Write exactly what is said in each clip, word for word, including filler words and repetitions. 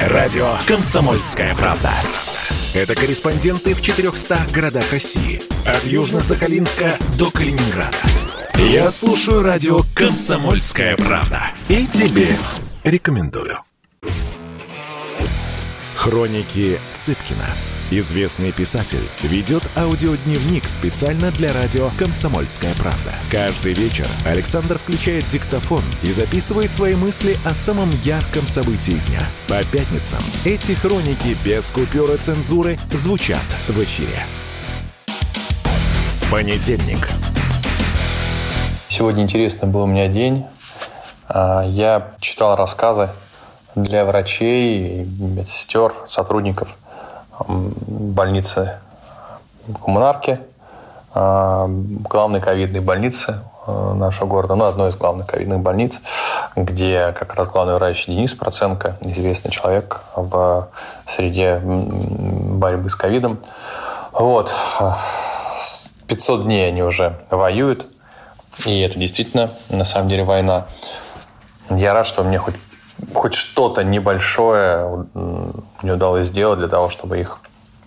Радио «Комсомольская правда». Это корреспонденты в четырехстах городах России. От Южно-Сахалинска до Калининграда. Я слушаю радио «Комсомольская правда». И тебе рекомендую. Хроники Цыпкина. Известный писатель ведет аудиодневник специально для радио «Комсомольская правда». Каждый вечер Александр включает диктофон и записывает свои мысли о самом ярком событии дня. По пятницам эти хроники без купюр и цензуры звучат в эфире. Понедельник. Сегодня интересный был у меня день. Я читал рассказы для врачей, медсестер, сотрудников больницы Коммунарки, главной ковидной больницы нашего города, ну, одной из главных ковидных больниц, где как раз главный врач Денис Проценко, известный человек в среде борьбы с ковидом. Вот. пятьсот дней они уже воюют, и это действительно, на самом деле, война. Я рад, что мне хоть Хоть что-то небольшое мне удалось сделать для того, чтобы их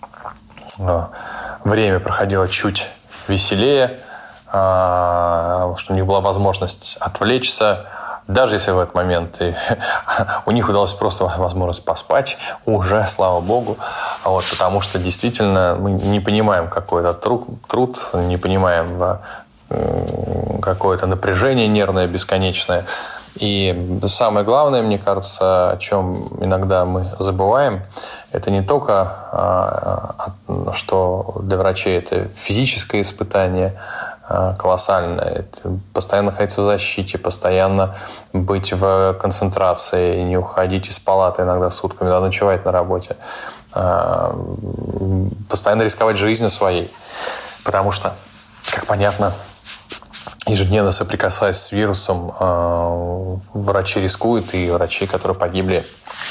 время проходило чуть веселее, чтобы у них была возможность отвлечься, даже если в этот момент и у них удалось просто возможность поспать, уже, слава богу, вот, потому что действительно мы не понимаем какой-то труд, труд не понимаем какое-то напряжение нервное бесконечное. И самое главное, мне кажется, о чем иногда мы забываем, это не только, что для врачей это физическое испытание колоссальное, это постоянно находиться в защите, постоянно быть в концентрации, не уходить из палаты иногда сутками, да, ночевать на работе, постоянно рисковать жизнью своей, потому что, как понятно, ежедневно соприкасаясь с вирусом, врачи рискуют, и врачей, которые погибли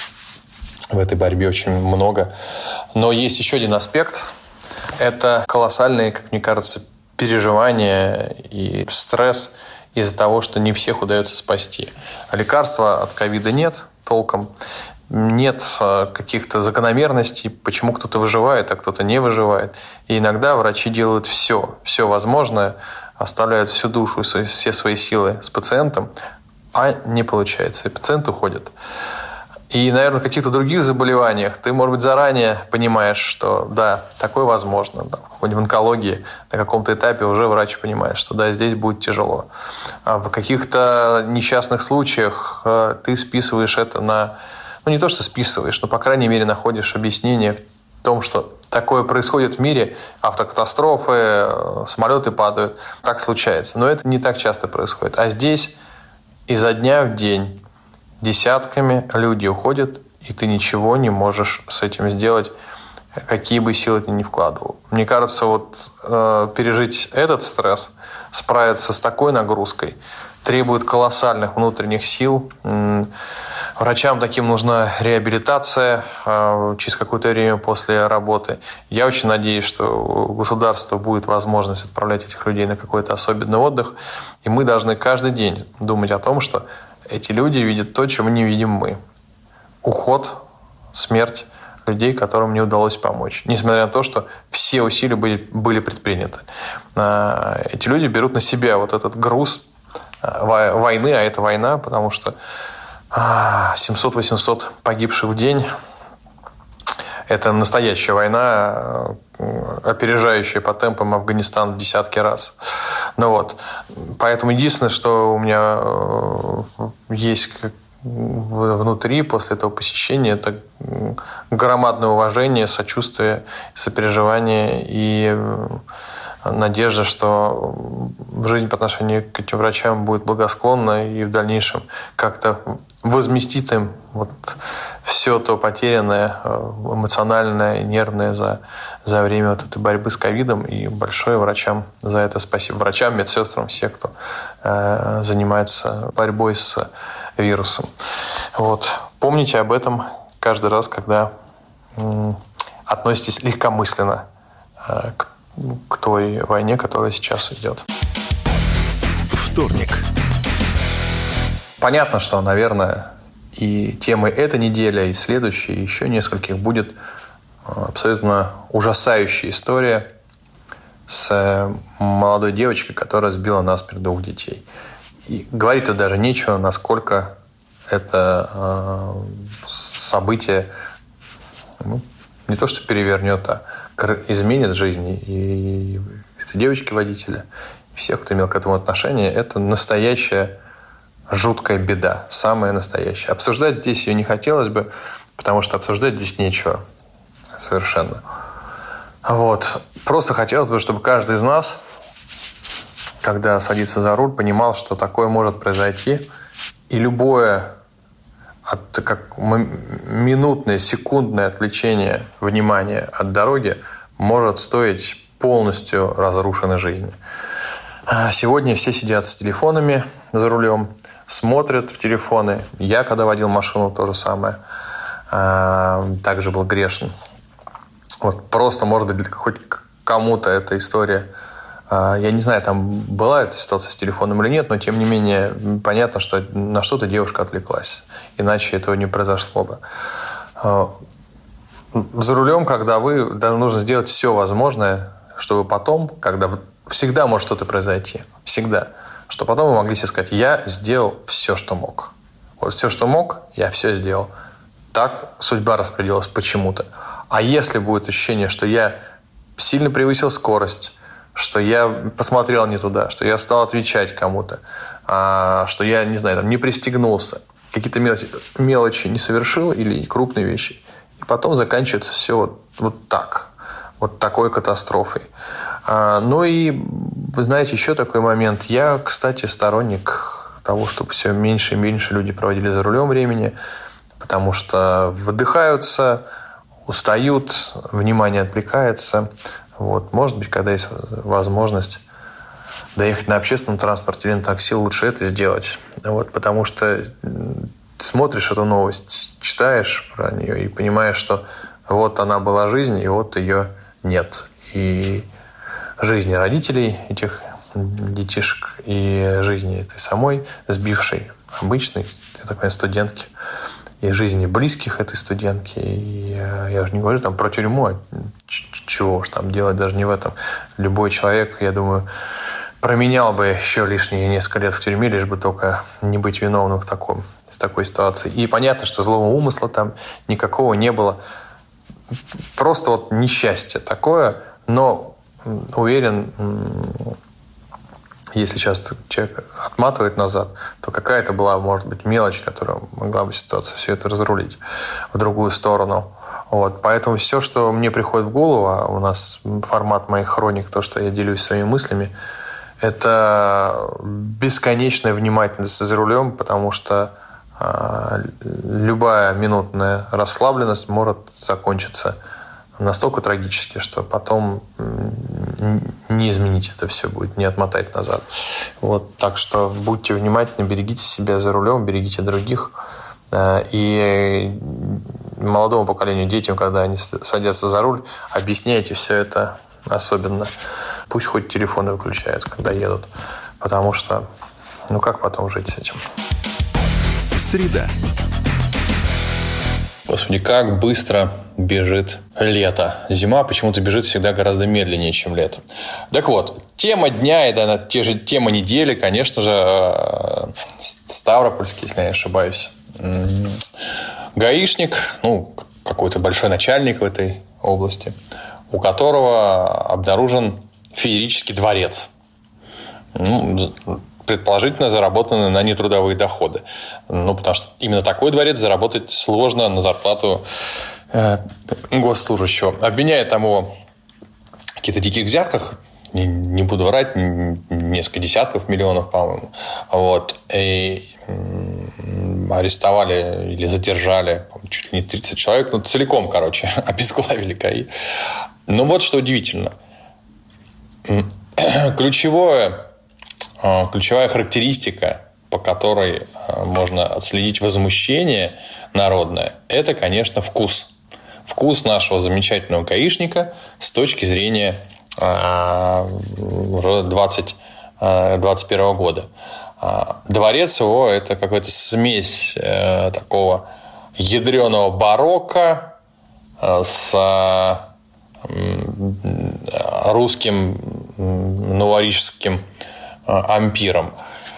в этой борьбе, очень много. Но есть еще один аспект. Это колоссальные, как мне кажется, переживания и стресс из-за того, что не всех удается спасти. Лекарства от ковида нет толком. Нет каких-то закономерностей, почему кто-то выживает, а кто-то не выживает. И иногда врачи делают все, все возможное, оставляют всю душу, все свои силы с пациентом, а не получается, и пациент уходит. И, наверное, в каких-то других заболеваниях ты, может быть, заранее понимаешь, что да, такое возможно. Да. В онкологии на каком-то этапе уже врач понимает, что да, здесь будет тяжело. А в каких-то несчастных случаях ты списываешь это на... Ну, не то, что списываешь, но, по крайней мере, находишь объяснение в том, что такое происходит в мире, автокатастрофы, самолеты падают, так случается. Но это не так часто происходит. А здесь изо дня в день десятками люди уходят, и ты ничего не можешь с этим сделать, какие бы силы ты ни вкладывал. Мне кажется, вот э, пережить этот стресс, справиться с такой нагрузкой, требует колоссальных внутренних сил. Врачам таким нужна реабилитация э, через какое-то время после работы. Я очень надеюсь, что у государства будет возможность отправлять этих людей на какой-то особенный отдых. И мы должны каждый день думать о том, что эти люди видят то, чего не видим мы. Уход, смерть людей, которым не удалось помочь. Несмотря на то, что все усилия были, были предприняты. Э, эти люди берут на себя вот этот груз э, войны, а это война, потому что семьсот-восемьсот погибших в день – это настоящая война, опережающая по темпам Афганистан в десятки раз. Ну вот. Поэтому единственное, что у меня есть внутри после этого посещения, это громадное уважение, сочувствие, сопереживание и надежда, что жизнь по отношению к этим врачам будет благосклонна и в дальнейшем как-то возместит им вот все то потерянное эмоциональное и нервное за, за время вот этой борьбы с ковидом. И большое врачам за это спасибо. Врачам, медсестрам, всем, кто э, занимается борьбой с вирусом. Вот. Помните об этом каждый раз, когда э, относитесь легкомысленно э, к к той войне, которая сейчас идет. Вторник. Понятно, что, наверное, И темой этой недели, и следующей, и еще нескольких будет абсолютно ужасающая история с молодой девочкой, которая сбила насмерть двух детей. И говорить-то даже нечего, насколько это э, событие ну, не то что перевернет, а изменит жизни и этой девочки-водителя, и всех, кто имел к этому отношение. Это настоящая жуткая беда, самая настоящая. Обсуждать здесь ее не хотелось бы, потому что обсуждать здесь нечего совершенно. Вот. Просто хотелось бы, чтобы каждый из нас, когда садится за руль, понимал, что такое может произойти. И любое от, как, минутное, секундное отвлечение внимания от дороги может стоить полностью разрушенной жизни. Сегодня все сидят с телефонами за рулем, смотрят в телефоны. Я, когда водил машину, то же самое. Также был грешен. Вот просто, может быть, хоть кому-то эта история... Я не знаю, там была эта ситуация с телефоном или нет, но, тем не менее, понятно, что на что-то девушка отвлеклась. Иначе этого не произошло бы. За рулем, когда вы... нужно сделать все возможное, чтобы потом, когда... Всегда может что-то произойти. Всегда. Что потом вы могли себе сказать, я сделал все, что мог. Вот все, что мог, я все сделал. Так судьба распределилась почему-то. А если будет ощущение, что я сильно превысил скорость, что я посмотрел не туда, что я стал отвечать кому-то, что я, не знаю, там, не пристегнулся, какие-то мелочи, мелочи не совершил или крупные вещи. И потом заканчивается все вот, вот так. Вот такой катастрофой. Ну и, вы знаете, еще такой момент. Я, кстати, сторонник того, чтобы все меньше и меньше люди проводили за рулем времени, потому что выдыхаются, устают, внимание отвлекается. Вот. Может быть, когда есть возможность доехать на общественном транспорте или на такси, лучше это сделать. Вот. Потому что смотришь эту новость, читаешь про нее и понимаешь, что вот она была жизнь, и вот ее нет. И жизни родителей этих детишек, и жизни этой самой сбившей, обычной, я так понимаю, студентки, и жизни близких этой студентки. И я уже не говорю там про тюрьму, а чего уж там делать, даже не в этом. Любой человек, я думаю, променял бы еще лишние несколько лет в тюрьме, лишь бы только не быть виновным в, таком, в такой ситуации. И понятно, что злого умысла там никакого не было. Просто вот несчастье такое, но уверен, если сейчас человек отматывает назад, то какая-то была, может быть, мелочь, которая могла бы ситуацию все это разрулить в другую сторону. Вот. Поэтому все, что мне приходит в голову, а у нас формат моих хроник, то, что я делюсь своими мыслями, это бесконечная внимательность за рулем, потому что э, любая минутная расслабленность может закончиться настолько трагически, что потом не изменить это все будет, не отмотать назад. Вот, так что будьте внимательны, берегите себя за рулем, берегите других. И молодому поколению, детям, когда они садятся за руль, объясняйте все это особенно. Пусть хоть телефоны выключают, когда едут. Потому что, ну как потом жить с этим? Среда. Господи, как быстро бежит лето. Зима почему-то бежит всегда гораздо медленнее, чем лето. Так вот, тема дня и да, те же тема недели, конечно же, Ставропольский, если я не ошибаюсь. Гаишник, ну, какой-то большой начальник в этой области, у которого обнаружен феерический дворец. Ну, предположительно заработаны на нетрудовые доходы. Ну, потому что именно такой дворец заработать сложно на зарплату э, госслужащего. Обвиняют там его в каких-то диких взятках, не, не буду врать, несколько десятков миллионов, по-моему. Вот. И м, арестовали или задержали чуть ли не тридцать человек. Ну, целиком, короче, обезглавили КАИ. Но вот что удивительно. Ключевое Ключевая характеристика, по которой можно отследить возмущение народное, это, конечно, вкус. Вкус нашего замечательного гаишника с точки зрения двадцать двадцать первого года. Дворец его – это какая-то смесь такого ядреного барокко с русским нуарическим ампиром.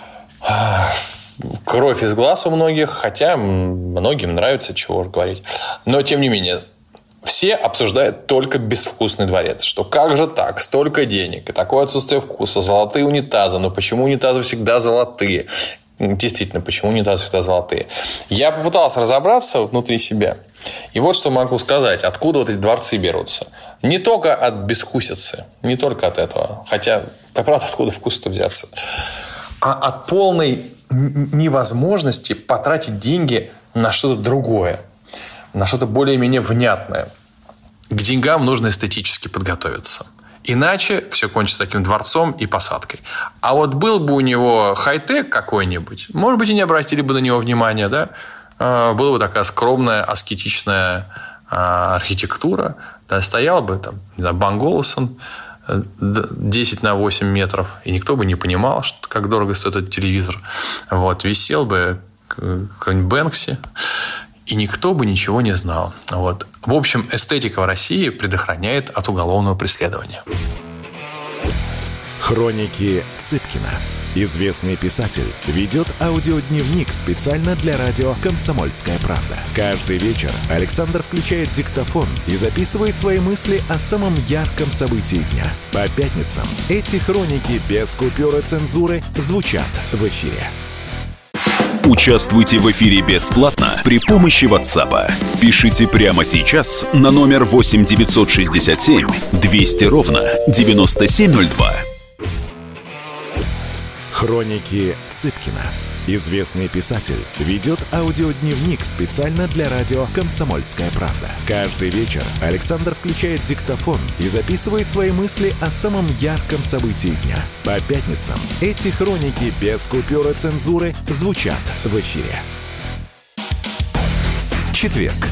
Кровь из глаз у многих, хотя многим нравится, чего уж говорить. Но, тем не менее, все обсуждают только безвкусный дворец. Что как же так? Столько денег и такое отсутствие вкуса. Золотые унитазы. Но почему унитазы всегда золотые? Действительно, почему унитазы всегда золотые? Я попытался разобраться внутри себя. И вот что могу сказать. Откуда вот эти дворцы берутся? Не только от безвкусицы. Не только от этого. Хотя, да правда, откуда вкус-то взяться? А от полной невозможности потратить деньги на что-то другое. На что-то более-менее внятное. К деньгам нужно эстетически подготовиться. Иначе все кончится таким дворцом и посадкой. А вот был бы у него хай-тек какой-нибудь, может быть, и не обратили бы на него внимания, да? Была бы такая скромная, аскетичная архитектура. Да, стоял бы там, не знаю, Бан Голлесон десять на восемь метров, и никто бы не понимал, что, как дорого стоит этот телевизор. Вот, висел бы какой-нибудь Бэнкси, и никто бы ничего не знал. Вот. В общем, эстетика в России предохраняет от уголовного преследования. Хроники Цыпкина. Известный писатель ведет аудиодневник специально для радио «Комсомольская правда». Каждый вечер Александр включает диктофон и записывает свои мысли о самом ярком событии дня. По пятницам эти хроники без купюр и цензуры звучат в эфире. Участвуйте в эфире бесплатно при помощи WhatsApp. Пишите прямо сейчас на номер восемь девятьсот шестьдесят семь двести ровно девяносто семь ноль два. Хроники Цыпкина. Известный писатель ведет аудиодневник специально для радио «Комсомольская правда». Каждый вечер Александр включает диктофон и записывает свои мысли о самом ярком событии дня. По пятницам эти хроники без купюр и цензуры звучат в эфире. Четверг.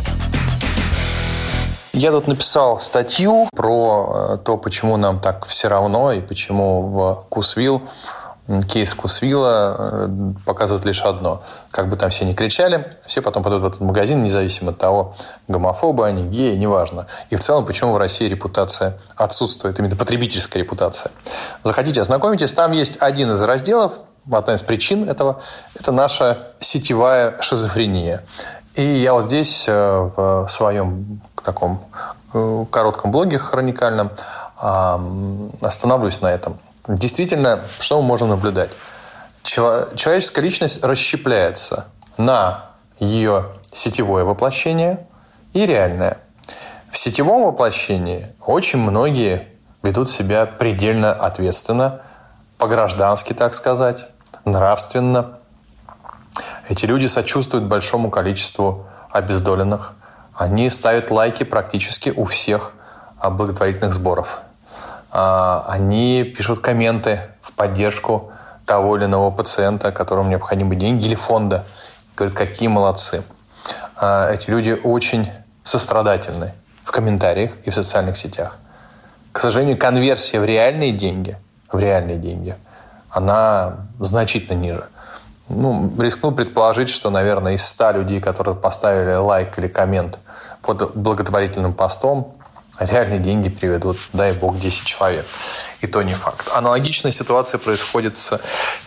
Я тут написал статью про то, почему нам так все равно и почему в Вкусвилл кейс Вкусвилла показывает лишь одно. Как бы там все ни кричали, все потом пойдут в этот магазин, независимо от того, гомофобы они, геи, неважно. И в целом, почему в России репутация отсутствует, именно потребительская репутация. Заходите, ознакомитесь. Там есть один из разделов, одна из причин этого, это наша сетевая шизофрения. И я вот здесь в своем таком коротком блоге хроникальном остановлюсь на этом. Действительно, что мы можем наблюдать? Человеческая личность расщепляется на ее сетевое воплощение и реальное. В сетевом воплощении очень многие ведут себя предельно ответственно, по-граждански, так сказать, нравственно. Эти люди сочувствуют большому количеству обездоленных. Они ставят лайки практически у всех благотворительных сборов. Они пишут комменты в поддержку того или иного пациента, которому необходимы деньги, или фонда. Говорят, какие молодцы. Эти люди очень сострадательны в комментариях и в социальных сетях. К сожалению, конверсия в реальные деньги, в реальные деньги, она значительно ниже. Ну, рискну предположить, что, наверное, из ста людей, которые поставили лайк или коммент под благотворительным постом, реальные деньги приведут, дай бог, десять человек. И то не факт. Аналогичная ситуация происходит с,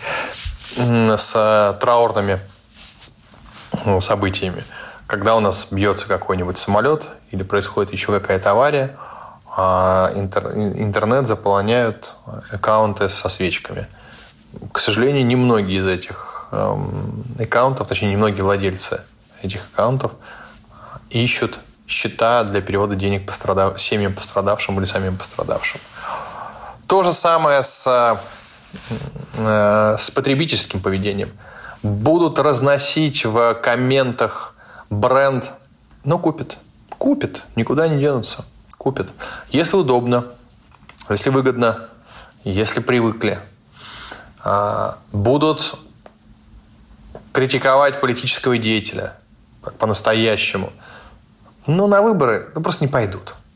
с траурными событиями. Когда у нас бьется какой-нибудь самолет или происходит еще какая-то авария, интернет заполоняют аккаунты со свечками. К сожалению, немногие из этих аккаунтов, точнее, немногие владельцы этих аккаунтов ищут счета для перевода денег пострадав... семьям пострадавшим или самим пострадавшим. То же самое с, с потребительским поведением. Будут разносить в комментах бренд, но купят. Купят, никуда не денутся. Купят. Если удобно, если выгодно, если привыкли. Будут критиковать политического деятеля по-настоящему. Но на выборы ну, просто не пойдут.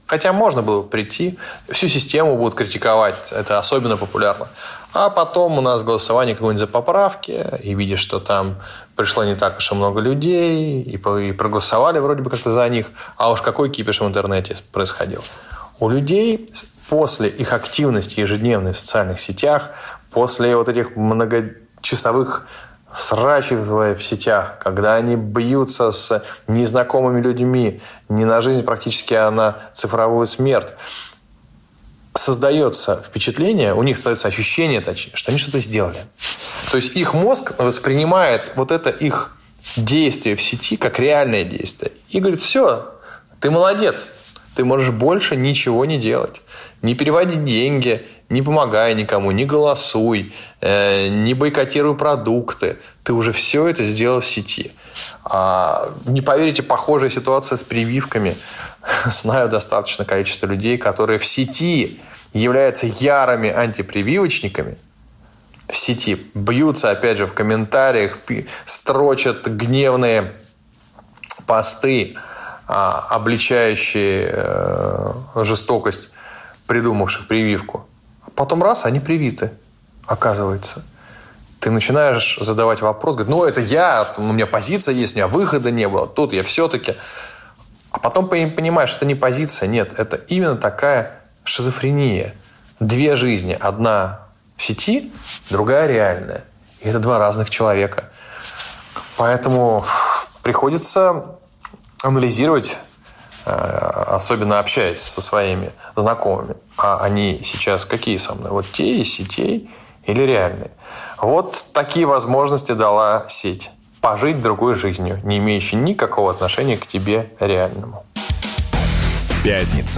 Хотя можно было бы прийти, всю систему будут критиковать, это особенно популярно. А потом у нас голосование какое-нибудь за поправки, и видишь, что там пришло не так уж и много людей, и проголосовали вроде бы как-то за них, а уж какой кипиш в интернете происходил. У людей после их активности ежедневной в социальных сетях, после вот этих многочасовых срачей в сетях, когда они бьются с незнакомыми людьми, не на жизнь практически, а на цифровую смерть, создается впечатление, у них создается ощущение, точнее, что они что-то сделали. То есть их мозг воспринимает вот это их действие в сети как реальное действие. И говорит, все, ты молодец, ты можешь больше ничего не делать. Не переводи деньги, не помогай никому, не голосуй, э, не бойкотируй продукты. Ты уже все это сделал в сети. А, не поверите, похожая ситуация с прививками. Знаю достаточно количество людей, которые в сети являются ярыми антипрививочниками. В сети бьются, опять же, в комментариях, строчат гневные посты, а, обличающие э, жестокость придумавших прививку. Потом раз, они привиты, оказывается. Ты начинаешь задавать вопрос, говорит, ну, это я, у меня позиция есть, у меня выхода не было, тут я все-таки... А потом понимаешь, что это не позиция, нет, это именно такая шизофрения. Две жизни, одна в сети, другая реальная. И это два разных человека. Поэтому приходится анализировать, особенно общаясь со своими знакомыми. А они сейчас какие со мной? Вот те из сетей или реальные? Вот такие возможности дала сеть. Пожить другой жизнью, не имеющей никакого отношения к тебе реальному. Пятница.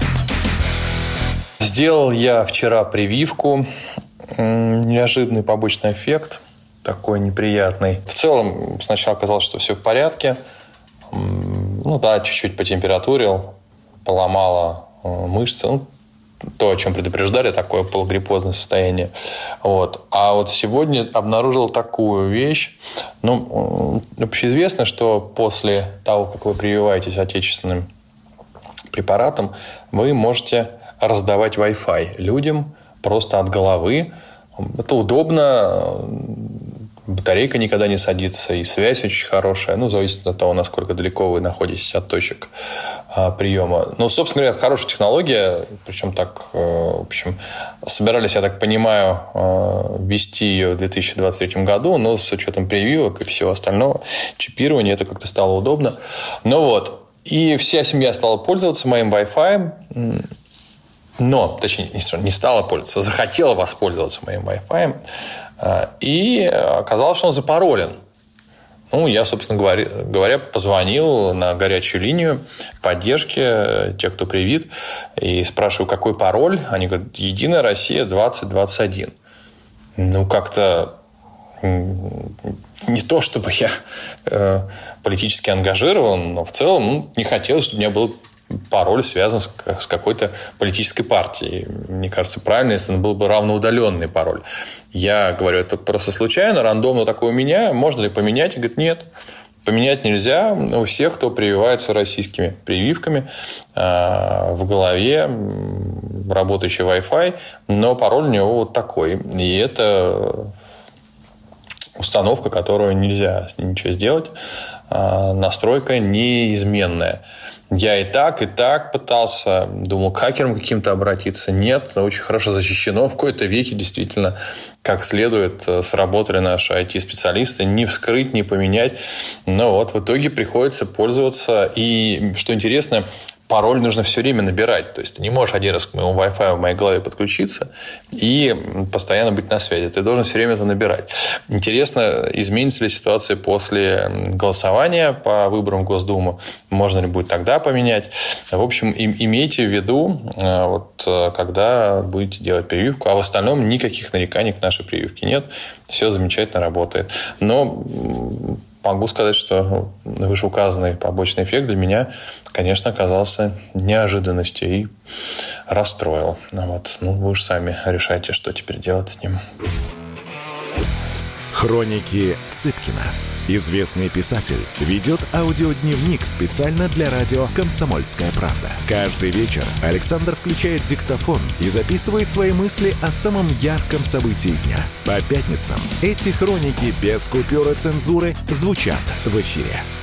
Сделал я вчера прививку. Неожиданный побочный эффект. Такой неприятный. В целом, сначала казалось, что все в порядке. Ну да, чуть-чуть потемпературил, поломало мышцы. Ну, то, о чем предупреждали, такое полугриппозное состояние. Вот. А вот сегодня обнаружил такую вещь. Ну, общеизвестно, что после того, как вы прививаетесь отечественным препаратом, вы можете раздавать Wi-Fi людям просто от головы. Это удобно. Батарейка никогда не садится, и связь очень хорошая. Ну, зависит от того, насколько далеко вы находитесь от точек а, приема. Но, собственно говоря, это хорошая технология. Причем так, в общем, собирались, я так понимаю, ввести ее в две тысячи двадцать третьем году, но с учетом прививок и всего остального, чипирования, это как-то стало удобно. Ну вот. И вся семья стала пользоваться моим Wi-Fi. Но, точнее, не стала пользоваться, захотела воспользоваться моим Wi-Fi. И оказалось, что он запаролен. Ну, я, собственно говоря, позвонил на горячую линию поддержки тех, кто привит, и спрашиваю, какой пароль. Они говорят, «Единая Россия двадцать двадцать один». Ну, как-то не то, чтобы я политически ангажирован, но в целом ну, не хотелось, чтобы у меня был пароль связан с, с какой-то политической партией. Мне кажется, правильно, если он был бы равноудаленный пароль. Я говорю, это просто случайно, рандомно такое у меня. Можно ли поменять? И говорит, нет. Поменять нельзя. У всех, кто прививается российскими прививками, в голове работающий Wi-Fi, но пароль у него вот такой. И это установка, которую нельзя с ней ничего сделать. Настройка неизменная. Я и так, и так пытался. Думал, к хакерам каким-то обратиться. Нет, очень хорошо защищено. В какой-то веке действительно как следует сработали наши ай ти-специалисты. Не вскрыть, не поменять. Но вот в итоге приходится пользоваться. И, что интересно, пароль нужно все время набирать. То есть ты не можешь один раз к моему Wi-Fi в моей голове подключиться и постоянно быть на связи. Ты должен все время это набирать. Интересно, изменится ли ситуация после голосования по выборам в Госдуму? Можно ли будет тогда поменять? В общем, имейте в виду, вот, когда будете делать прививку. А в остальном никаких нареканий к нашей прививке нет. Все замечательно работает. Но могу сказать, что вышеуказанный побочный эффект для меня, конечно, оказался неожиданностью и расстроил. Вот. Ну, вы уж сами решайте, что теперь делать с ним. Хроники Цыпкина. Известный писатель ведет аудиодневник специально для радио «Комсомольская правда». Каждый вечер Александр включает диктофон и записывает свои мысли о самом ярком событии дня. По пятницам эти хроники без купюр и цензуры звучат в эфире.